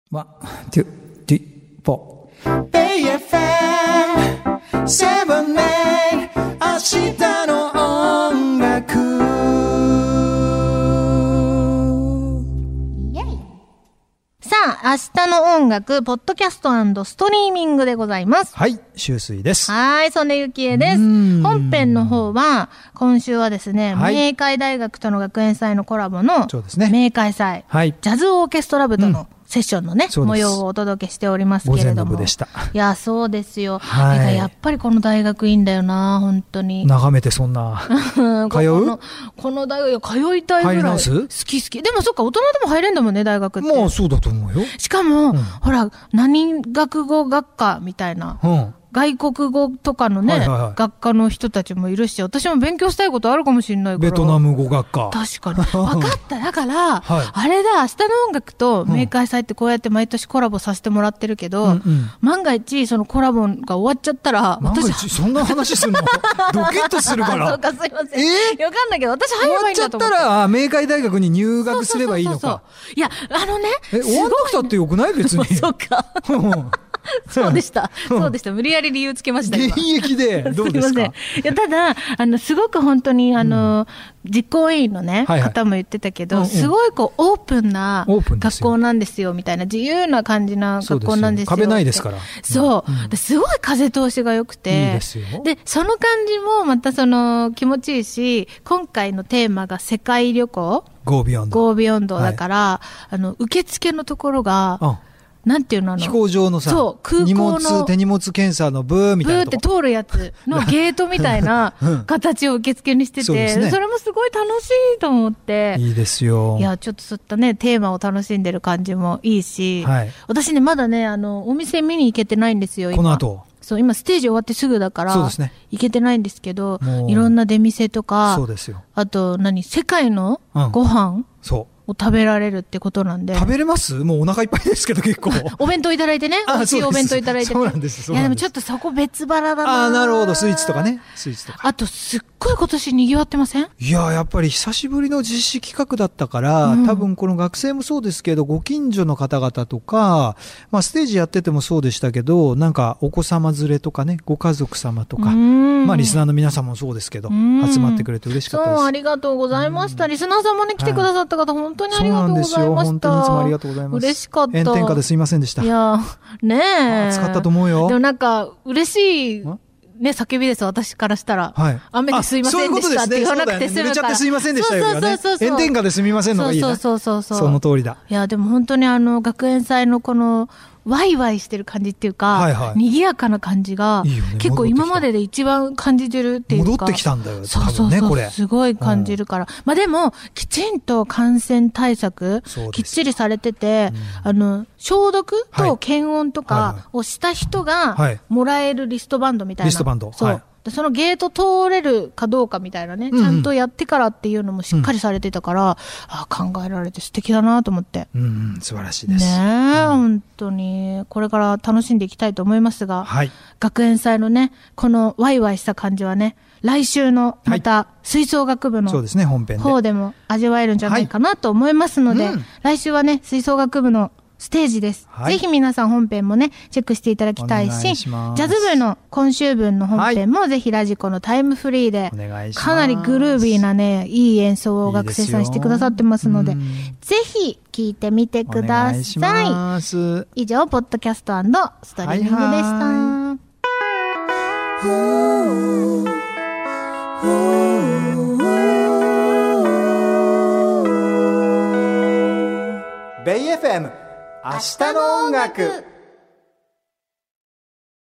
1、2、3、4。 Bay FM 7-Day 明日の音楽。 さあ、明日の音楽、ポッドキャスト&ストリーミングでございます。 はい、秋水です。 はい、曽根ゆきえです。本編の方は、今週はですね、 はい、 明海大学との学園祭のコラボの、 そうですね、 明海祭、 はい、 ジャズオーケストラ部との、セッションのね、模様をお届けしておりますけれども。午前の部でした。 いや、そうですよ。 はい。 やっぱりこの大学いいんだよな、本当に。 眺めてそんな。通う？ この大学、通いたいぐらい。 入り直す？ 好き。でもそっか、大人でも入れんだもんね、大学って。 まあ、そうだと思うよ。 しかも、ほら、何学語学科みたいな。外国語とかのね、学科の人たちもいるし、私も勉強したいことあるかもしれないから。 ベトナム語学科。 確かに。分かった。だから、あれだ、明日の音楽と明海祭ってこうやって毎年コラボさせてもらってるけど、万が一、そのコラボが終わっちゃったら、 万が一、そんな話するのドキッとするから。 そうか、すいません。わかんないけど、私入ればいいんだと思って。 終わっちゃったら、明海大学に入学すればいいのか。 いや、 終わんなくたってよくない別に。 そうか。そうでした。無理やり理由つけました。 現役で、どうですか？ いや、ただ、すごく本当に、実行委員のね、方も言ってたけど、すごいオープンな学校なんですよ、みたいな、自由な感じな学校なんですよ。 壁ないですから。 そう。すごい風通しが良くて。 いいですよ。 で、その感じもまた気持ちいいし、今回のテーマが世界旅行。 Go Beyond。 Go Beyond だから、受付のところが、なんていうの飛行場のさ、 そう、空港の手荷物検査のブーみたいなブーって通るやつのゲートみたいな形を受付にしてて、それもすごい楽しいと思って。 いいですよ。 いや、ちょっとそういったね、テーマを楽しんでる感じもいいし、私ね、まだね、お店見に行けてないんですよ、今。 この後。 そう、今ステージ終わってすぐだから、 そうですね。 行けてないんですけど、いろんな出店とか、 そうですよ。 あと世界のご飯、を食べられるってことなんで。 食べれます？もうお腹いっぱいですけど結構。 お弁当いただいてね。美味しいお弁当いただいてね。 そうなんです。 いやでもちょっとそこ別腹だな。 なるほど。スイーツとかね。 あとすっごい今年賑わってません？ いや、やっぱり久しぶりの実施企画だったから、多分この学生もそうですけど、ご近所の方々とか、まあステージやっててもそうでしたけど、なんかお子様連れとかね、ご家族様とか、まあリスナーの皆さんもそうですけど、集まってくれて嬉しかったです。 そう、ありがとうございました。リスナーさんもね、来てくださった方、本当にありがとうございました。 本当にいつもありがとうございます。 嬉しかった。 炎天下ですいませんでした。 いや、ねえ。 暑かったと思うよ。 でもなんか、嬉しい、ね、叫びです、私からしたら。雨ですいませんでしたって言わなくて済むから。 濡れちゃってすいませんでしたよね。炎天下ですみませんのがいいな。 そう。 その通りだ。 いや、でも本当に学園祭のこの、ワイワイしてる感じっていうか、賑やかな感じが、結構今までで一番感じてるっていうか。 戻ってきたんだよ、 そう、これ。すごい感じるから。まあでも、きちんと感染対策、きっちりされてて、消毒と検温とかをした人が、もらえるリストバンドみたいな。 リストバンド。 そう。そのゲート通れるかどうかみたいなね、ちゃんとやってからっていうのもしっかりされてたから、考えられて素敵だなと思って。 素晴らしいです。 ねえ、本当に。これから楽しんでいきたいと思いますが、学園祭のね、このワイワイした感じはね、来週のまた吹奏楽部の方でも味わえるんじゃないかなと思いますので、来週はね、吹奏楽部のステージです。ぜひ皆さん本編もね、チェックしていただきたいし、ジャズ部の今週分の本編もぜひラジコのタイムフリーで、かなりグルービーなね、いい演奏を学生さんしてくださってますので、ぜひ聴いてみてください。以上、ポッドキャスト&ストリーミングでした。 ベイ FM 明日の音楽。